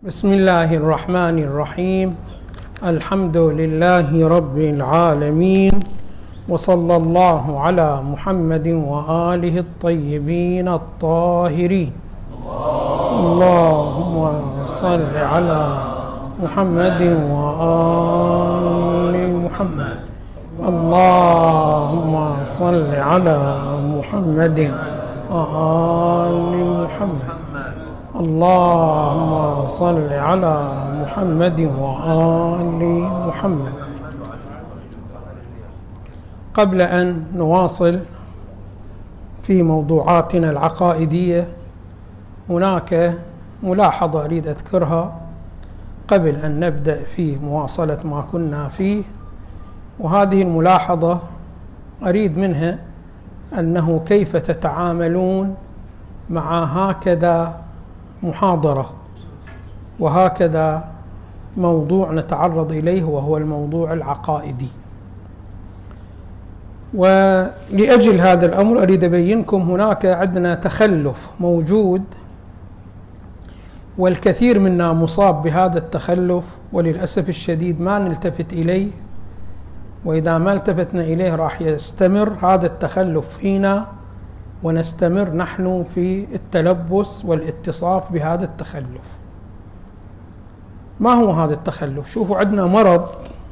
بسم الله الرحمن الرحيم. الحمد لله رب العالمين، وصلى الله على محمد وآله الطيبين الطاهرين. اللهم صل على محمد وآل محمد. اللهم صل على محمد وآل محمد. اللهم صل على محمد وآل محمد. قبل أن نواصل في موضوعاتنا العقائدية، هناك ملاحظة أريد أذكرها قبل أن نبدأ في مواصلة ما كنا فيه، وهذه الملاحظة أريد منها أنه كيف تتعاملون مع هكذا محاضرة وهكذا موضوع نتعرض إليه، وهو الموضوع العقائدي. ولأجل هذا الأمر أريد أبينكم هناك عندنا تخلف موجود، والكثير منا مصاب بهذا التخلف، وللأسف الشديد ما نلتفت إليه، وإذا ما التفتنا إليه راح يستمر هذا التخلف فينا، ونستمر نحن في التلبس والاتصاف بهذا التخلف. ما هو هذا التخلف؟ شوفوا، عندنا مرض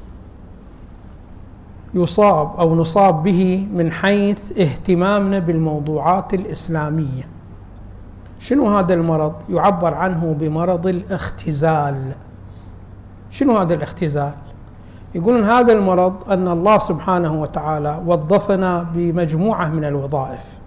يصاب أو نصاب به من حيث اهتمامنا بالموضوعات الإسلامية. شنو هذا المرض؟ يعبر عنه بمرض الاختزال. شنو هذا الاختزال؟ يقولون هذا المرض أن الله سبحانه وتعالى وظفنا بمجموعة من الوظائف،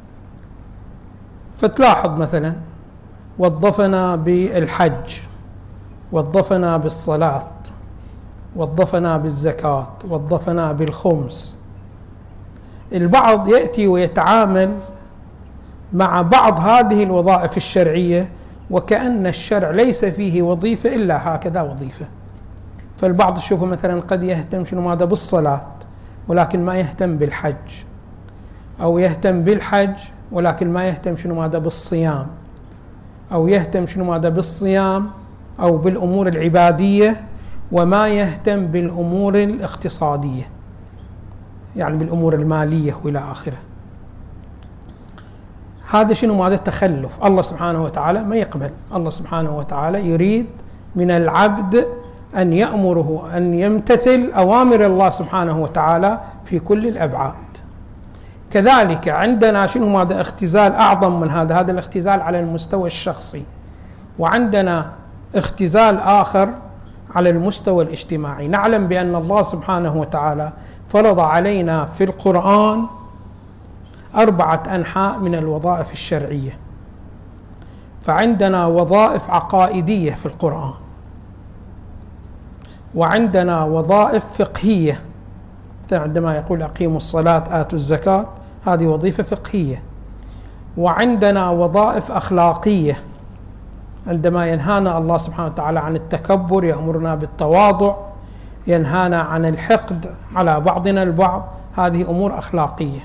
فتلاحظ مثلا وظفنا بالحج، وظفنا بالصلاة، وظفنا بالزكاة، وظفنا بالخمس. البعض يأتي ويتعامل مع بعض هذه الوظائف الشرعية وكأن الشرع ليس فيه وظيفة إلا هكذا وظيفة. فالبعض تشوفه مثلا قد يهتم شنو ماذا بالصلاة ولكن ما يهتم بالحج، أو يهتم بالحج ولكن ما يهتم شنو ماذا بالصيام، أو يهتم شنو ماذا بالصيام أو بالأمور العبادية وما يهتم بالأمور الاقتصادية، يعني بالأمور المالية وإلى آخره. هذا شنو ماذا التخلف. الله سبحانه وتعالى ما يقبل. الله سبحانه وتعالى يريد من العبد أن يأمره أن يمتثل أوامر الله سبحانه وتعالى في كل الأبعاد. كذلك عندنا شنو ماذا اختزال أعظم من هذا الاختزال على المستوى الشخصي، وعندنا اختزال آخر على المستوى الاجتماعي. نعلم بأن الله سبحانه وتعالى فرض علينا في القرآن 4 أنحاء من الوظائف الشرعية. فعندنا وظائف عقائدية في القرآن، وعندنا وظائف فقهية، عندما يقول أقيموا الصلاة آتوا الزكاة، هذه وظيفة فقهية. وعندنا وظائف أخلاقية، عندما ينهانا الله سبحانه وتعالى عن التكبر، يأمرنا بالتواضع، ينهانا عن الحقد على بعضنا البعض، هذه أمور أخلاقية.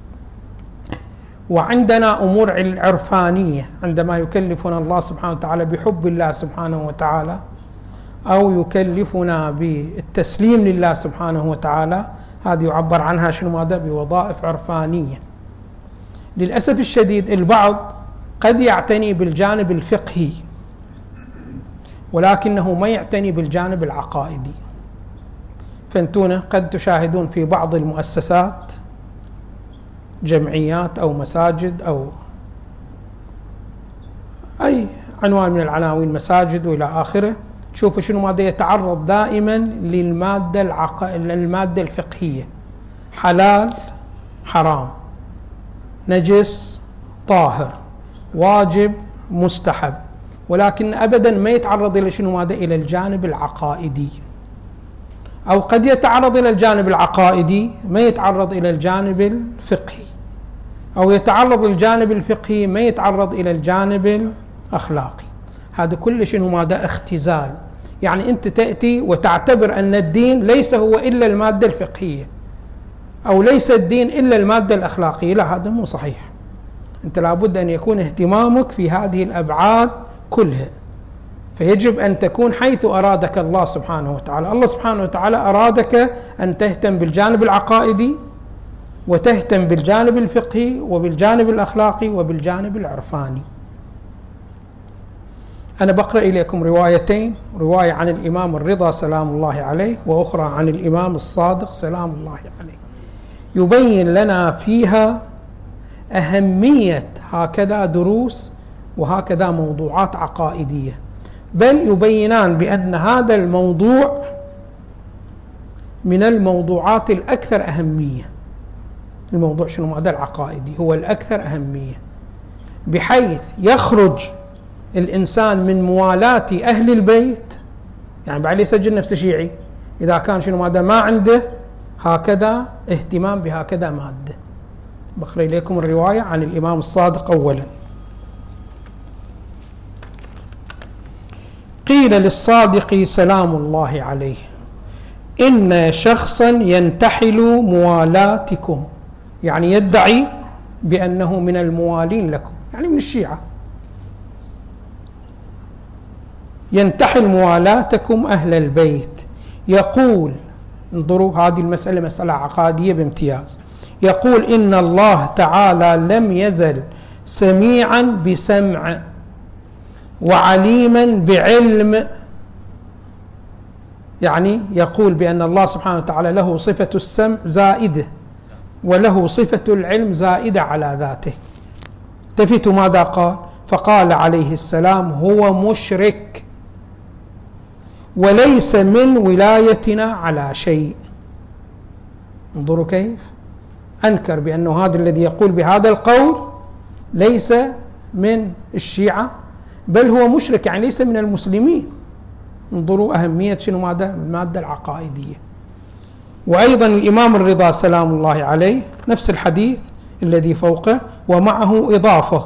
وعندنا أمور عرفانية، عندما يكلفنا الله سبحانه وتعالى بحب الله سبحانه وتعالى، أو يكلفنا بالتسليم لله سبحانه وتعالى، هذه يعبر عنها شنو ماذا بوظائف عرفانية. للأسف الشديد البعض قد يعتني بالجانب الفقهي ولكنه ما يعتني بالجانب العقائدي. فانتون قد تشاهدون في بعض المؤسسات، جمعيات أو مساجد أو أي عنوان من العناوين، مساجد وإلى آخره، تشوفوا شنو ماذا يتعرض دائما للمادة الفقهية: حلال حرام، نجس طاهر، واجب مستحب، ولكن أبدا ما يتعرض إلى شنو ماذا إلى الجانب العقائدي. أو قد يتعرض إلى الجانب العقائدي ما يتعرض إلى الجانب الفقهي، أو يتعرض للجانب الفقهي ما يتعرض إلى الجانب الأخلاقي. هذا كله شنو ماذا اختزال. يعني أنت تأتي وتعتبر أن الدين ليس هو إلا المادة الفقهية، أو ليس الدين إلا المادة الأخلاقية. لا، هذا مو صحيح. أنت لابد أن يكون اهتمامك في هذه الأبعاد كلها. فيجب أن تكون حيث أرادك الله سبحانه وتعالى. الله سبحانه وتعالى أرادك أن تهتم بالجانب العقائدي وتهتم بالجانب الفقهي وبالجانب الأخلاقي وبالجانب العرفاني. أنا بقرأ إليكم روايتين، رواية عن الإمام الرضا سلام الله عليه وأخرى عن الإمام الصادق سلام الله عليه، يبين لنا فيها أهمية هكذا دروس وهكذا موضوعات عقائدية، بل يبينان بأن هذا الموضوع من الموضوعات الأكثر أهمية. الموضوع شنو؟ هذا العقائدي هو الأكثر أهمية، بحيث يخرج الإنسان من موالاة أهل البيت، يعني بعد يسجل نفسه شيعي إذا كان شنو هذا ما عنده هكذا اهتمام بهكذا مادة. بقرأ إليكم الرواية عن الإمام الصادق. أولا قيل للصادق سلام الله عليه إن شخصا ينتحل موالاتكم، يعني يدعي بأنه من الموالين لكم، يعني من الشيعة، ينتحل موالاتكم أهل البيت، يقول، انظروا هذه المسألة مسألة عقادية بامتياز، يقول إن الله تعالى لم يزل سميعا بسمع وعليما بعلم، يعني يقول بأن الله سبحانه وتعالى له صفة السمع زائدة وله صفة العلم زائدة على ذاته. التفتوا ماذا قال؟ فقال عليه السلام هو مشرك وليس من ولايتنا على شيء. انظروا كيف أنكر بأنه هذا الذي يقول بهذا القول ليس من الشيعة بل هو مشرك، يعني ليس من المسلمين. انظروا أهمية شنو ماذا؟ المادة العقائدية. وأيضا الإمام الرضا سلام الله عليه نفس الحديث الذي فوقه ومعه إضافة،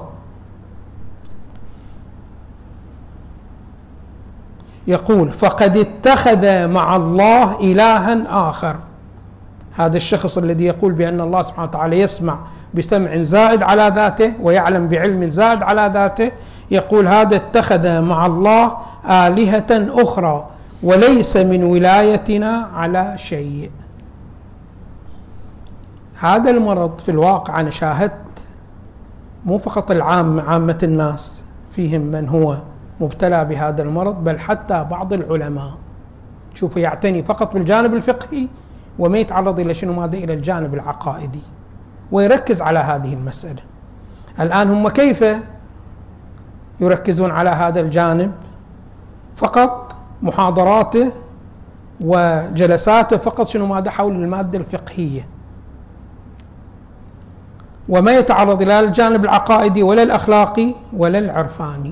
يقول فقد اتخذ مع الله إلها آخر. هذا الشخص الذي يقول بأن الله سبحانه وتعالى يسمع بسمع زائد على ذاته ويعلم بعلم زائد على ذاته، يقول هذا اتخذ مع الله آلهة أخرى وليس من ولايتنا على شيء. هذا المرض في الواقع أنا شاهدت مو فقط عامة الناس فيهم من هو مبتلى بهذا المرض، بل حتى بعض العلماء شوفوا يعتني فقط بالجانب الفقهي وما يتعرض إلى شنو ماذا؟ إلى الجانب العقائدي ويركز على هذه المسألة. الآن هم كيف يركزون على هذا الجانب؟ فقط محاضراته وجلساته فقط شنو ماذا؟ حول المادة الفقهية، وما يتعرض إلى الجانب العقائدي ولا الأخلاقي ولا العرفاني.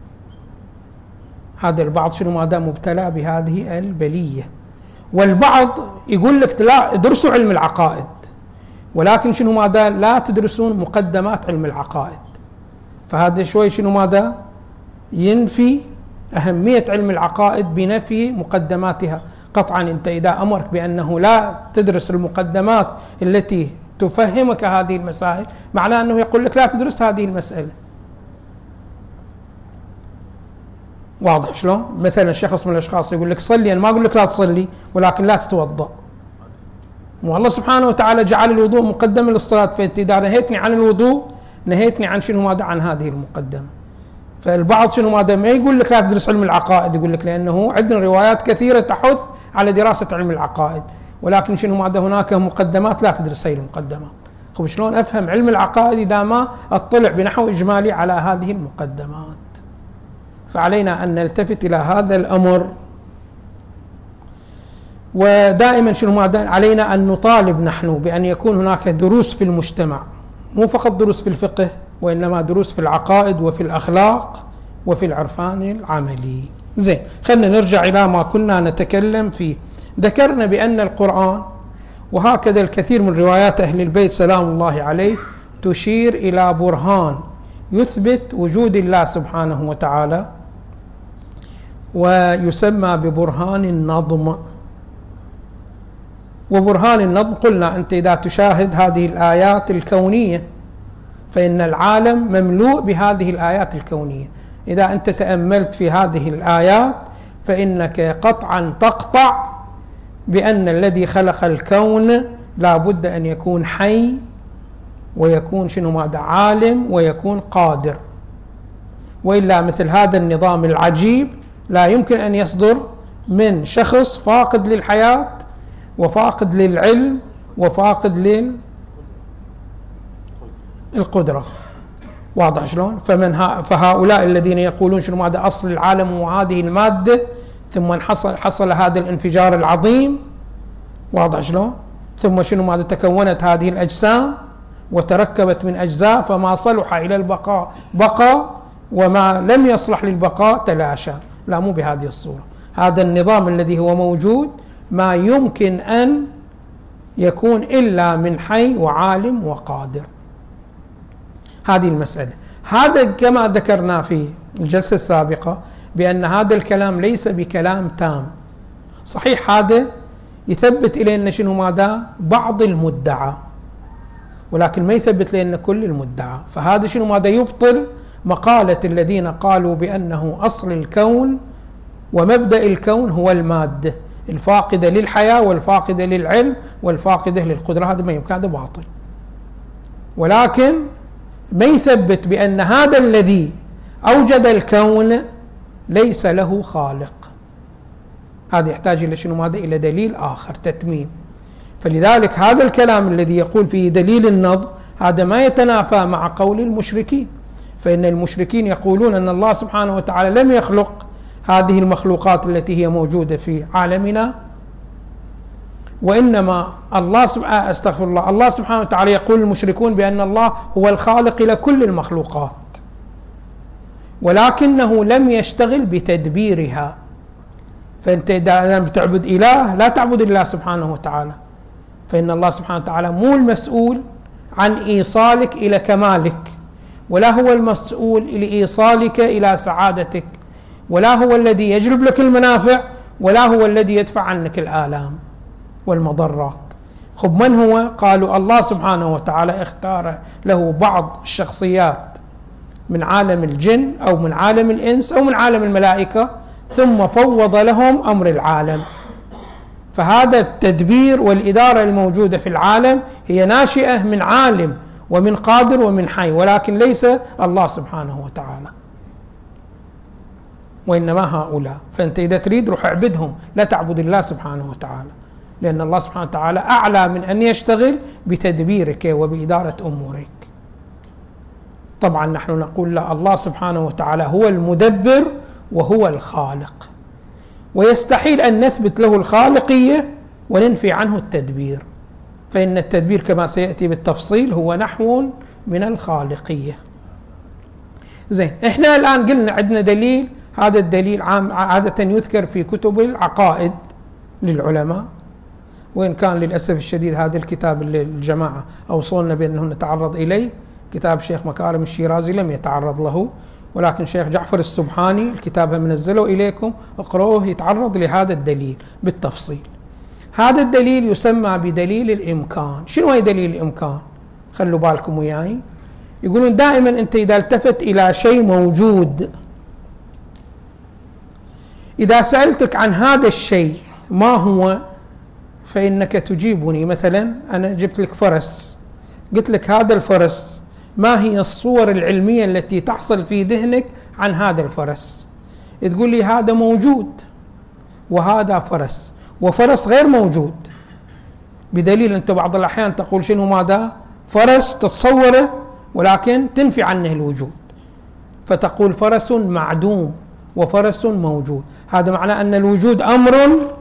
هذا البعض شنو ماذا؟ مبتلى بهذه البلية. والبعض يقول لك لا ادرسوا علم العقائد، ولكن شنو ماذا؟ لا تدرسون مقدمات علم العقائد. فهذا شوي شنو ماذا؟ ينفي أهمية علم العقائد بنفي مقدماتها. قطعا أنت إذا أمرك بأنه لا تدرس المقدمات التي تفهمك هذه المسائل، معناه أنه يقول لك لا تدرس هذه المسألة. واضح شلون؟ مثلا شخص من الأشخاص يقول لك صلي، أنا ما أقول لك لا تصلي ولكن لا تتوضأ، والله سبحانه وتعالى جعل الوضوء مقدم للصلاة، فأنت إذا نهيتني عن الوضوء نهيتني عن شنو ماذا؟ عن هذه المقدمة. فالبعض شنو ماذا؟ ما يقول لك لا تدرس علم العقائد، يقول لك لأنه عندنا روايات كثيرة تحث على دراسة علم العقائد، ولكن شنو ماذا؟ هناك مقدمات لا تدرس هذه المقدمات. خب شلون أفهم علم العقائد إذا ما أطلع بنحو إجمالي على هذه المقدمات؟ فعلينا أن نلتفت إلى هذا الأمر، ودائما شنو ماذا؟ علينا أن نطالب نحن بأن يكون هناك دروس في المجتمع، مو فقط دروس في الفقه وإنما دروس في العقائد وفي الأخلاق وفي العرفان العملي. زين، خلنا نرجع إلى ما كنا نتكلم فيه. ذكرنا بأن القرآن وهكذا الكثير من روايات أهل البيت سلام الله عليه تشير إلى برهان يثبت وجود الله سبحانه وتعالى، ويسمى ببرهان النظم. وبرهان النظم قلنا أنت إذا تشاهد هذه الآيات الكونية فإن العالم مملوء بهذه الآيات الكونية. إذا أنت تأملت في هذه الآيات فإنك قطعا تقطع بأن الذي خلق الكون لا بد أن يكون حي، ويكون شنو ماذا عالم، ويكون قادر، وإلا مثل هذا النظام العجيب لا يمكن أن يصدر من شخص فاقد للحياة وفاقد للعلم وفاقد للقدرة. واضح شلون؟ فهؤلاء الذين يقولون شنو ماذا أصل العالم وهذه المادة ثم حصل هذا الانفجار العظيم، واضح شلون؟ ثم شنو ماذا تكونت هذه الأجسام وتركبت من أجزاء، فما صلح إلى البقاء بقى وما لم يصلح للبقاء تلاشى. لا، مو بهذه الصورة. هذا النظام الذي هو موجود ما يمكن أن يكون إلا من حي وعالم وقادر. هذه المسألة. هذا كما ذكرنا في الجلسة السابقة بأن هذا الكلام ليس بكلام تام. صحيح هذا يثبت إلينا شنو ماذا؟ بعض المدعى، ولكن ما يثبت لنا كل المدعى. فهذا شنو ماذا؟ يبطل مقالة الذين قالوا بأنه أصل الكون ومبدأ الكون هو المادة الفاقدة للحياة والفاقدة للعلم والفاقدة للقدرة. هذا ما يمكن، هذا باطل. ولكن ما يثبت بأن هذا الذي أوجد الكون ليس له خالق. هذا يحتاج إلى شنو ماذا؟ إلى دليل آخر، تتميم. فلذلك هذا الكلام الذي يقول فيه دليل النظم هذا ما يتنافى مع قول المشركين، فإن المشركين يقولون أن الله سبحانه وتعالى لم يخلق هذه المخلوقات التي هي موجودة في عالمنا، وإنما الله سبحانه وتعالى يقول المشركون بأن الله هو الخالق لكل المخلوقات، ولكنه لم يشتغل بتدبيرها. فأنت إذا بتعبد إله لا تعبد الله سبحانه وتعالى، فإن الله سبحانه وتعالى مو المسؤول عن إيصالك إلى كمالك، ولا هو المسؤول لإيصالك إلى سعادتك، ولا هو الذي يجلب لك المنافع، ولا هو الذي يدفع عنك الآلام والمضرات. خب من هو؟ قالوا الله سبحانه وتعالى اختار له بعض الشخصيات من عالم الجن أو من عالم الإنس أو من عالم الملائكة، ثم فوض لهم أمر العالم. فهذا التدبير والإدارة الموجودة في العالم هي ناشئة من عالم ومن قادر ومن حي، ولكن ليس الله سبحانه وتعالى، وإنما هؤلاء. فأنت إذا تريد روح اعبدهم، لا تعبد الله سبحانه وتعالى، لأن الله سبحانه وتعالى أعلى من أن يشتغل بتدبيرك وبإدارة أمورك. طبعا نحن نقول لا، الله سبحانه وتعالى هو المدبر وهو الخالق، ويستحيل أن نثبت له الخالقية وننفي عنه التدبير، فإن التدبير كما سيأتي بالتفصيل هو نحو من الخالقية. زين، احنا الآن قلنا عندنا دليل. هذا الدليل عادة يذكر في كتب العقائد للعلماء، وإن كان للأسف الشديد هذا الكتاب اللي الجماعة أوصلنا بأنه نتعرض إليه، كتاب شيخ مكارم الشيرازي، لم يتعرض له، ولكن شيخ جعفر السبحاني الكتاب منزله إليكم، اقرأوه، يتعرض لهذا الدليل بالتفصيل. هذا الدليل يسمى بدليل الإمكان. شنو هي دليل الإمكان؟ خلوا بالكم وياي. يقولون دائما أنت إذا التفت إلى شيء موجود، إذا سألتك عن هذا الشيء ما هو، فإنك تجيبني. مثلا أنا جبت لك فرس، قلت لك هذا الفرس، ما هي الصور العلمية التي تحصل في ذهنك عن هذا الفرس؟ تقول لي هذا موجود وهذا فرس، وفرس غير موجود، بدليل أنت بعض الأحيان تقول شنو ماذا؟ فرس تتصوره ولكن تنفي عنه الوجود، فتقول فرس معدوم وفرس موجود. هذا معناه أن الوجود أمر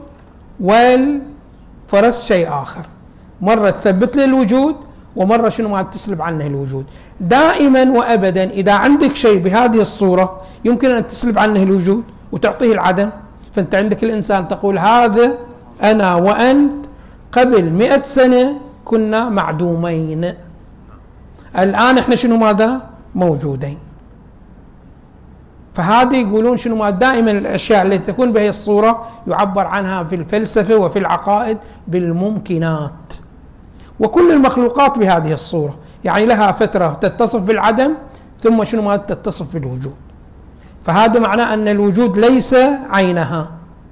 والفرس شيء آخر. مرة تثبت له الوجود، ومرة شنو ما تسلب عنه الوجود. دائما وأبدا إذا عندك شيء بهذه الصورة يمكن أن تسلب عنه الوجود وتعطيه العدم. فأنت عندك الإنسان تقول هذا أنا وأنت قبل 100 سنة كنا معدومين، الآن إحنا شنو ماذا؟ موجودين. فهذه يقولون شنو ما دائما الأشياء التي تكون بهذه الصورة يعبر عنها في الفلسفة وفي العقائد بالممكنات، وكل المخلوقات بهذه الصورة، يعني لها فترة تتصف بالعدم ثم شنو ما تتصف بالوجود. فهذا معناه أن الوجود ليس عينها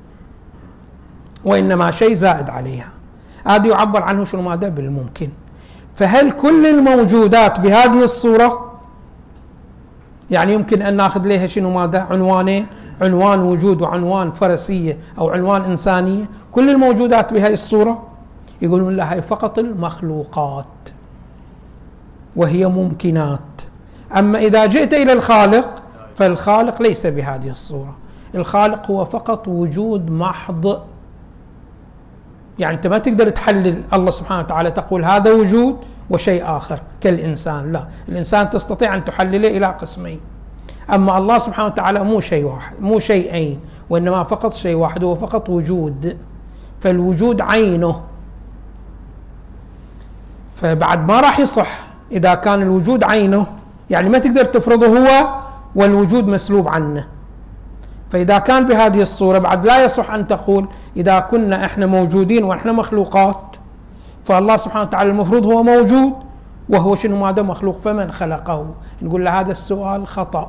وإنما شيء زائد عليها. هذا يعبر عنه شنو ماذا؟ بالممكن. فهل كل الموجودات بهذه الصورة؟ يعني يمكن أن نأخذ لها شنو ماذا؟ عنوانين، عنوان وجود وعنوان فرسية أو عنوان إنسانية. كل الموجودات بهذه الصورة؟ يقولون لا، هي فقط المخلوقات وهي ممكنات. أما إذا جئت إلى الخالق فالخالق ليس بهذه الصورة. الخالق هو فقط وجود محض. يعني أنت ما تقدر تحلل الله سبحانه وتعالى تقول هذا وجود وشيء آخر كالإنسان، لا، الإنسان تستطيع أن تحلله إلى قسمين. أما الله سبحانه وتعالى مو شيء واحد، مو شيئين، وإنما فقط شيء واحد، هو فقط وجود. فالوجود عينه. فبعد ما راح يصح إذا كان الوجود عينه، يعني ما تقدر تفرضه هو والوجود مسلوب عنه. فإذا كان بهذه الصورة بعد لا يصح أن تقول إذا كنا إحنا موجودين وإحنا مخلوقات فالله سبحانه وتعالى المفروض هو موجود وهو شنو ماذا؟ مخلوق. فمن خلقه؟ نقول له هذا السؤال خطأ،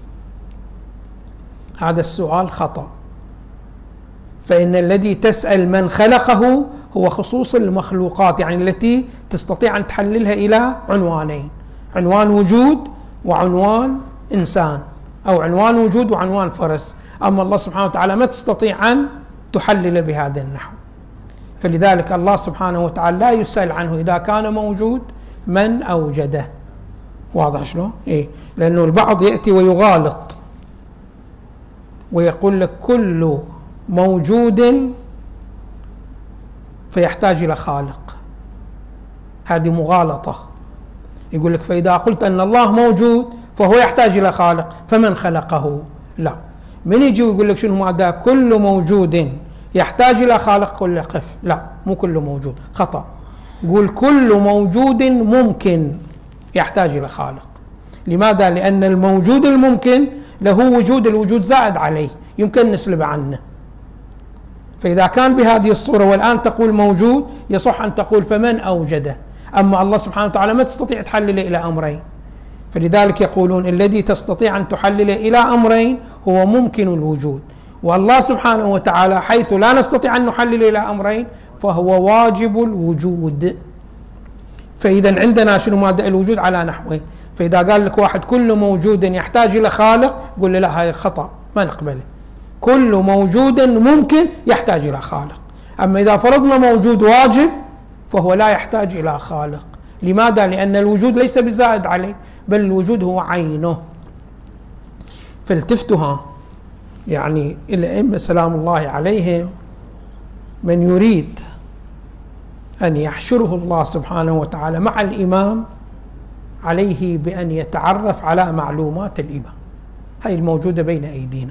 هذا السؤال خطأ. فإن الذي تسأل من خلقه هو خصوص المخلوقات، يعني التي تستطيع أن تحللها إلى عنوانين، عنوان وجود وعنوان إنسان، أو عنوان وجود وعنوان فرس. أما الله سبحانه وتعالى ما تستطيع أن تحلل بهذا النحو. فلذلك الله سبحانه وتعالى لا يسأل عنه إذا كان موجود من أوجده. واضح شلون؟ إيه؟ لأنه البعض يأتي ويغالط ويقول لك كل موجود فيحتاج إلى خالق. هذه مغالطة. يقول لك فإذا قلت أن الله موجود فهو يحتاج إلى خالق، فمن خلقه؟ لا. من يجي ويقول لك شنو ماذا؟ كل موجود يحتاج إلى خالق، قل له قف، لا، مو كل موجود، خطأ. قول كل موجود ممكن يحتاج إلى خالق. لماذا؟ لأن الموجود الممكن له وجود، الوجود زائد عليه، يمكن نسلب عنه. فإذا كان بهذه الصورة والآن تقول موجود، يصح أن تقول فمن أوجده. أما الله سبحانه وتعالى ما تستطيع تحلله إلى أمرين. فلذلك يقولون الذي تستطيع أن تحلله إلى أمرين هو ممكن الوجود، والله سبحانه وتعالى حيث لا نستطيع أن نحلله إلى أمرين فهو واجب الوجود. فإذا عندنا شنو مادة الوجود على نحوين. فإذا قال لك واحد كل موجود يحتاج إلى خالق، قل له لا، هاي خطأ، ما نقبله. كل موجود ممكن يحتاج إلى خالق. أما إذا فرضنا موجود واجب فهو لا يحتاج إلى خالق. لماذا؟ لأن الوجود ليس بزائد عليه، بل الوجود هو عينه. فالتفتها يعني الأئمة سلام الله عليهم من يريد أن يحشره الله سبحانه وتعالى مع الإمام عليه بأن يتعرف على معلومات الإمام، هاي الموجودة بين أيدينا.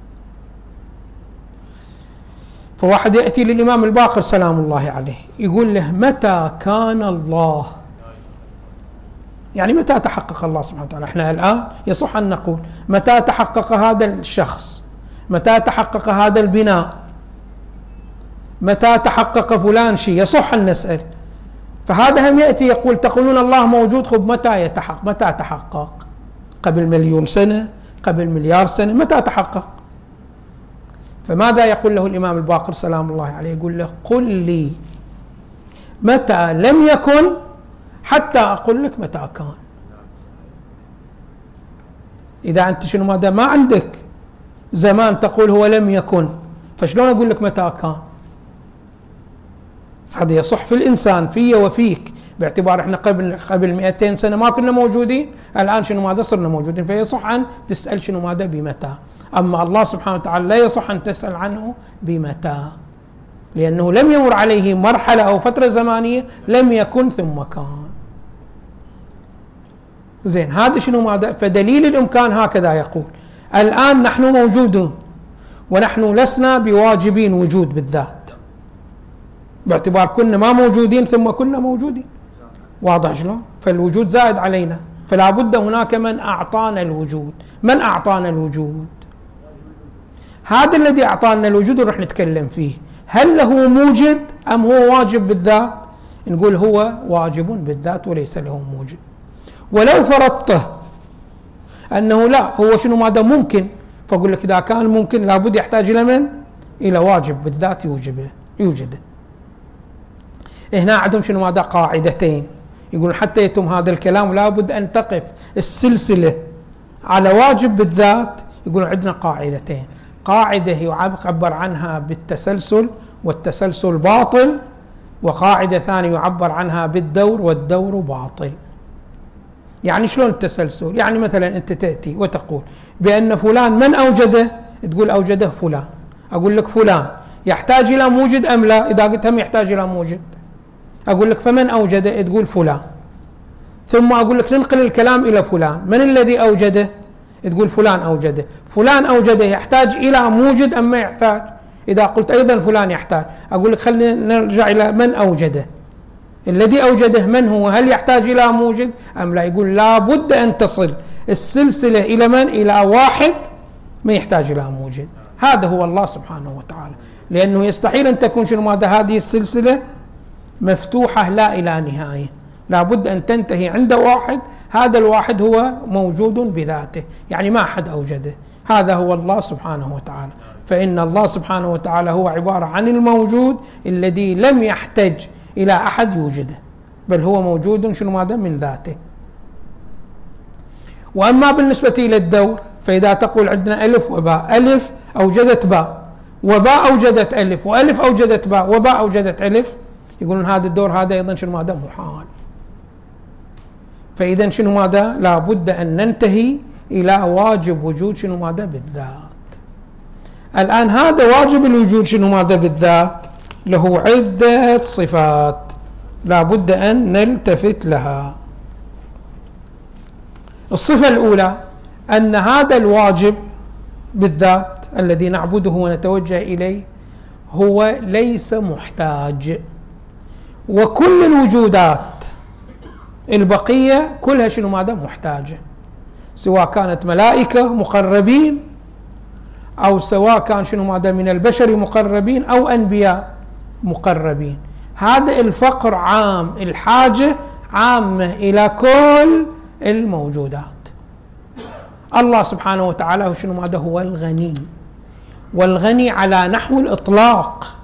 فواحد يأتي للإمام الباقر سلام الله عليه يقول له متى كان الله؟ يعني متى تحقق الله سبحانه وتعالى؟ احنا الآن يصح أن نقول متى تحقق هذا الشخص، متى تحقق هذا البناء، متى تحقق فلان شيء، يصح أن نسأل. فهذا هم يأتي يقول تقولون الله موجود، خب متى يتحقق؟ متى تحقق؟ قبل 1,000,000 سنة؟ قبل 1,000,000,000 سنة؟ متى تحقق؟ فماذا يقول له الإمام الباقر سلام الله عليه؟ يقول له قل لي متى لم يكن حتى أقول لك متى كان. إذا أنت شنو ماذا ما عندك زمان تقول هو لم يكن، فشلون أقول لك متى كان؟ هذا يصح في الإنسان، في وفيك، باعتبار احنا قبل 200 سنة ما كنا موجودين، الآن شنو ماذا صرنا موجودين، فيصح أن تسأل شنو ماذا بمتى. أما الله سبحانه وتعالى لا يصح أن تسأل عنه بمتى، لأنه لم يمر عليه مرحلة أو فترة زمانية لم يكن ثم كان. زين، هذا شنو ماذا؟ فدليل الإمكان هكذا يقول الآن نحن موجودون ونحن لسنا بواجبين وجود بالذات، باعتبار كنا ما موجودين ثم كنا موجودين. واضح شلون؟ فالوجود زائد علينا، فلا بد هناك من أعطانا الوجود. من أعطانا الوجود؟ هذا الذي أعطانا الوجود ونحن نتكلم فيه، هل له موجد أم هو واجب بالذات؟ نقول هو واجب بالذات وليس له موجد. ولو فرضته أنه لا، هو شنو ماذا ممكن، فأقول لك إذا كان ممكن لابد يحتاج إلى من؟ إلى واجب بالذات يوجده. هنا عندهم شنو ماذا؟ قاعدتين، يقولون حتى يتم هذا الكلام لابد أن تقف السلسلة على واجب بالذات. يقولون عندنا قاعدتين، قاعدة يعبر عنها بالتسلسل والتسلسل باطل، وقاعدة ثانية يعبر عنها بالدور والدور باطل. يعني شلون التسلسل؟ يعني مثلا أنت تأتي وتقول بأن فلان من أوجده؟ تقول أوجده فلان. أقول لك فلان يحتاج إلى موجد أم لا؟ إذا قلت هم يحتاج إلى موجد. أقول لك فمن أوجده؟ تقول فلان. ثم أقول لك ننقل الكلام إلى فلان، من الذي أوجده؟ تقول فلان أوجده. فلان أوجده يحتاج إلى موجد أم ما يحتاج؟ إذا قلت أيضا فلان يحتاج، أقول لك خلينا نرجع إلى من أوجده. الذي أوجده من هو؟ هل يحتاج إلى موجد أم لا؟ يقول لا بد أن تصل السلسلة إلى من؟ إلى واحد ما يحتاج إلى موجد. هذا هو الله سبحانه وتعالى، لأنه يستحيل أن تكون شنو ماذا هذه السلسلة مفتوحة لا إلى نهاية، لا بد أن تنتهي عند واحد، هذا الواحد هو موجود بذاته، يعني ما أحد أوجده. هذا هو الله سبحانه وتعالى. فإن الله سبحانه وتعالى هو عبارة عن الموجود الذي لم يحتج إلى أحد يوجده، بل هو موجود شنو ماذا من ذاته. وأما بالنسبة إلى الدور، فإذا تقول عندنا ألف وباء، ألف أوجدت باء، وباء أوجدت ألف، وألف أوجدت باء، وباء أوجدت ألف، يقولون هذا الدور هذا أيضا شنو ماذا محال. فإذا شنو ماذا لا بد أن ننتهي إلى واجب وجود شنو ماذا بالذات. الآن هذا واجب الوجود شنو ماذا بالذات له عدة صفات لا بد أن نلتفت لها. الصفة الأولى أن هذا الواجب بالذات الذي نعبده ونتوجه إليه هو ليس محتاج، وكل الوجودات البقية كلها شنو ماذا محتاجة، سواء كانت ملائكة مقربين أو سواء كان شنو ماذا من البشر مقربين أو أنبياء مقربين. هذا الفقر عام، الحاجة عامة إلى كل الموجودات. الله سبحانه وتعالى شنو ماذا هو الغني، والغني على نحو الإطلاق.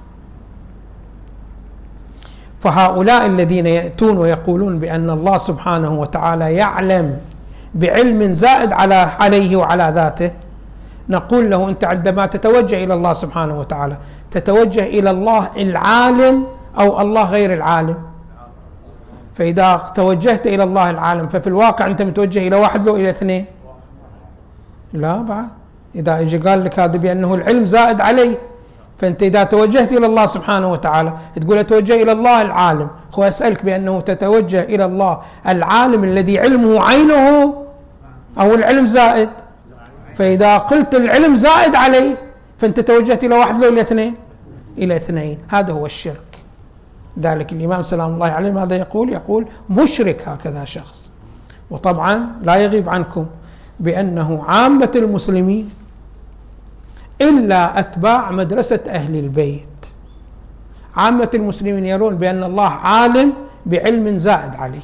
فهؤلاء الذين يأتون ويقولون بأن الله سبحانه وتعالى يعلم بعلم زائد عليه وعلى ذاته، نقول له أنت عندما تتوجه إلى الله سبحانه وتعالى تتوجه إلى الله العالم أو الله غير العالم؟ فإذا توجهت إلى الله العالم ففي الواقع أنت متوجه إلى واحد لو إلى اثنين؟ لا بعد. إذا إجي قال لك هذا بأنه العلم زائد عليه، فأنت إذا توجهت إلى الله سبحانه وتعالى تقول أتوجه إلى الله العالم. هو أسألك بأنه تتوجه إلى الله العالم الذي علمه عينه أو العلم زائد؟ فإذا قلت العلم زائد عليه فأنت توجهت إلى واحد لو إلى اثنين؟ إلى اثنين. هذا هو الشرك. ذلك الإمام سلام الله عليه ماذا يقول مشرك هكذا شخص. وطبعا لا يغيب عنكم بأنه عامة المسلمين إلا أتباع مدرسة أهل البيت، عامة المسلمين يرون بأن الله عالم بعلم زائد عليه.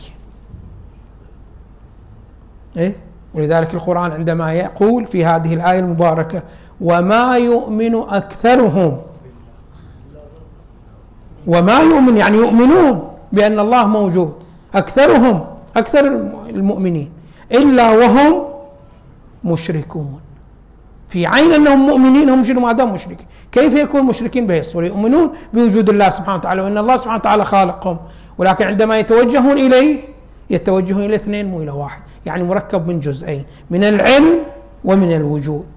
ولذلك القرآن عندما يقول في هذه الآية المباركة وما يؤمن أكثرهم، وما يؤمن يعني يؤمنون بأن الله موجود، أكثرهم أكثر المؤمنين إلا وهم مشركون. في عين أنهم مؤمنين هم شنو ماذا مشركين. كيف يكون مشركين بهذه الصورة؟ يؤمنون بوجود الله سبحانه وتعالى وأن الله سبحانه وتعالى خالقهم، ولكن عندما يتوجهون إليه يتوجهون إلى اثنين مو إلى واحد، يعني مركب من جزئين، من العلم ومن الوجود.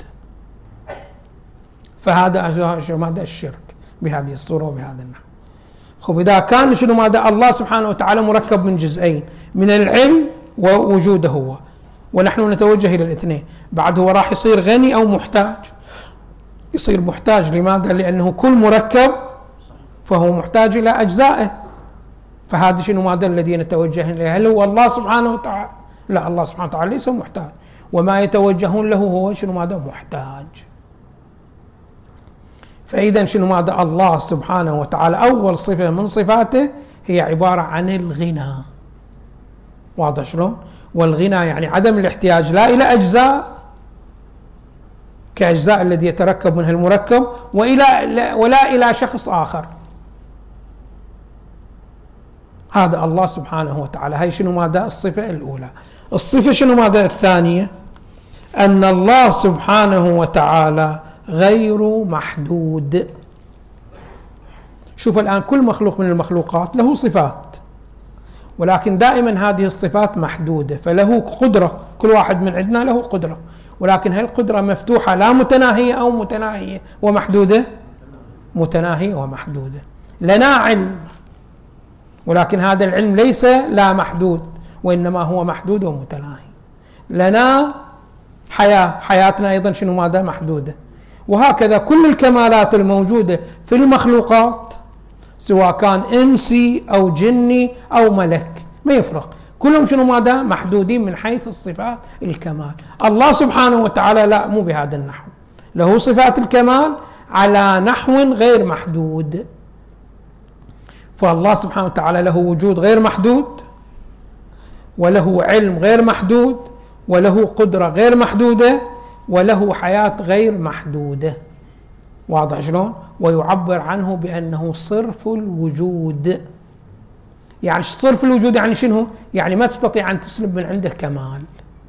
فهذا شنو ماذا الشرك بهذه الصورة وبهذا النحو. خب إذا كان شنو ماذا الله سبحانه وتعالى مركب من جزئين، من العلم ووجوده هو، ونحن نتوجه إلى الاثنين، بعد هو راح يصير غني أو محتاج؟ يصير محتاج. لماذا؟ لأنه كل مركب فهو محتاج إلى أجزائه. فهذا شنو ماذا الذي نتوجه إليه؟ هل هو الله سبحانه وتعالى؟ لا، الله سبحانه وتعالى ليس محتاج، وما يتوجهون له هو شنو ماذا محتاج. فإذا شنو ماذا الله سبحانه وتعالى أول صفة من صفاته هي عبارة عن الغنى. واضح شلون؟ والغنى يعني عدم الاحتياج لا إلى أجزاء كأجزاء الذي يتركب منها المركب ولا إلى شخص آخر. هذا الله سبحانه وتعالى. هاي شنو ماذا؟ الصفة الأولى. الصفة شنو ماذا الثانية؟ أن الله سبحانه وتعالى غير محدود. شوف الآن كل مخلوق من المخلوقات له صفات، ولكن دائما هذه الصفات محدودة، فله قدرة، كل واحد من عندنا له قدرة، ولكن هل القدرة مفتوحة لا متناهية أو متناهية ومحدودة؟ متناهية ومحدودة. لنا علم، ولكن هذا العلم ليس لا محدود، وإنما هو محدود ومتناهي. لنا حياتنا أيضا شنو ماذا؟ محدودة. وهكذا كل الكمالات الموجودة في المخلوقات سواء كان إنسي أو جني أو ملك ما يفرق، كلهم شنو ماذا؟ محدودين من حيث الصفات الكمال. الله سبحانه وتعالى لا، مو بهذا النحو، له صفات الكمال على نحو غير محدود. فالله سبحانه وتعالى له وجود غير محدود، وله علم غير محدود، وله قدرة غير محدودة، وله حياة غير محدودة. واضح شلون؟ ويعبر عنه بأنه صرف الوجود. يعني صرف الوجود يعني شنو؟ يعني ما تستطيع أن تسلب من عنده كمال.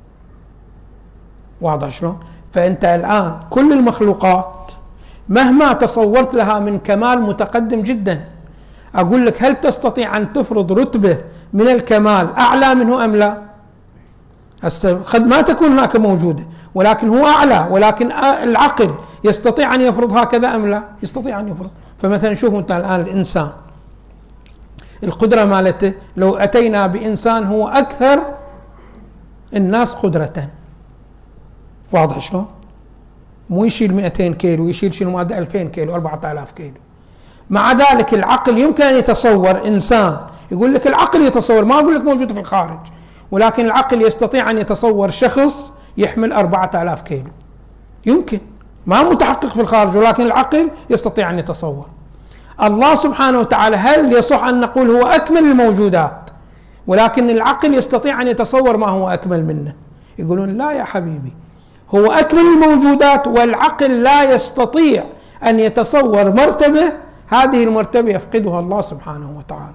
واضح شلون؟ فأنت الآن كل المخلوقات مهما تصورت لها من كمال متقدم جدا، أقول لك هل تستطيع أن تفرض رتبة من الكمال أعلى منه أم لا؟ قد ما تكون هناك موجودة، ولكن هو أعلى، ولكن العقل يستطيع أن يفرض هكذا أم لا؟ يستطيع أن يفرض. فمثلا شوفوا أنت الآن الإنسان، القدرة مالته لو أتينا بإنسان هو أكثر الناس قدرة، واضح شلون؟ مو يشيل 200 كيلو، يشيل شنو ماذا؟ 2000 كيلو، 4000 كيلو. مع ذلك العقل يمكن أن يتصور إنسان، يقول لك العقل يتصور، ما أقول لك موجود في الخارج، ولكن العقل يستطيع أن يتصور شخص يحمل 4000 كيلو، يمكن، ما متحقق في الخارج، ولكن العقل يستطيع أن يتصور. الله سبحانه وتعالى هل يصح أن نقول هو أكمل الموجودات، ولكن العقل يستطيع أن يتصور ما هو أكمل منه؟ يقولون لا يا حبيبي، هو أكمل الموجودات والعقل لا يستطيع أن يتصور مرتبة، هذه المرتبة يفقدها الله سبحانه وتعالى.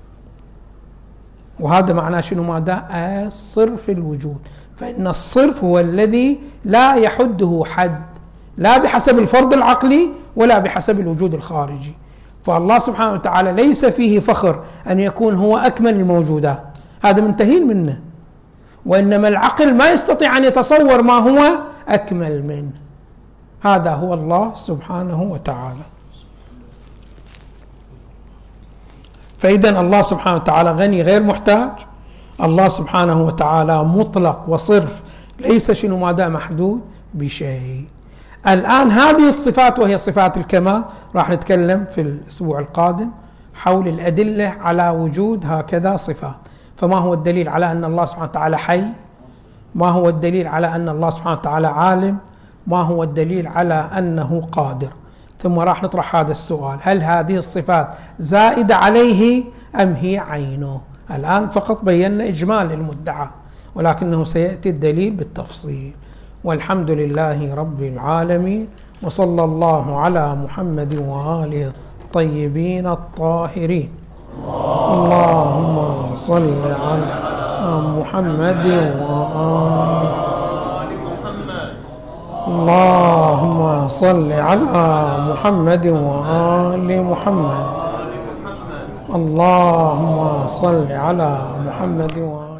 وهذا معناه شنو ماذا؟ الصرف الوجود. فإن الصرف هو الذي لا يحده حد، لا بحسب الفرض العقلي ولا بحسب الوجود الخارجي. فالله سبحانه وتعالى ليس فيه فخر أن يكون هو أكمل الموجودات، هذا منتهين منه، وإنما العقل ما يستطيع أن يتصور ما هو أكمل منه. هذا هو الله سبحانه وتعالى. فإذن الله سبحانه وتعالى غني غير محتاج، الله سبحانه وتعالى مطلق وصرف، ليس شنو ماذا؟ محدود بشيء. الآن هذه الصفات وهي صفات الكمال راح نتكلم في الأسبوع القادم حول الأدلة على وجود هكذا صفات. فما هو الدليل على أن الله سبحانه وتعالى حي؟ ما هو الدليل على أن الله سبحانه وتعالى عالم؟ ما هو الدليل على أنه قادر؟ ثم راح نطرح هذا السؤال: هل هذه الصفات زائدة عليه أم هي عينه؟ الآن فقط بينا إجمال المدعى، ولكنه سيأتي الدليل بالتفصيل. والحمد لله رب العالمين، وصلى الله على محمد وآله الطيبين الطاهرين. اللهم صل على محمد وآل محمد. اللهم صل على محمد وآل محمد. اللهم صل على محمد وآل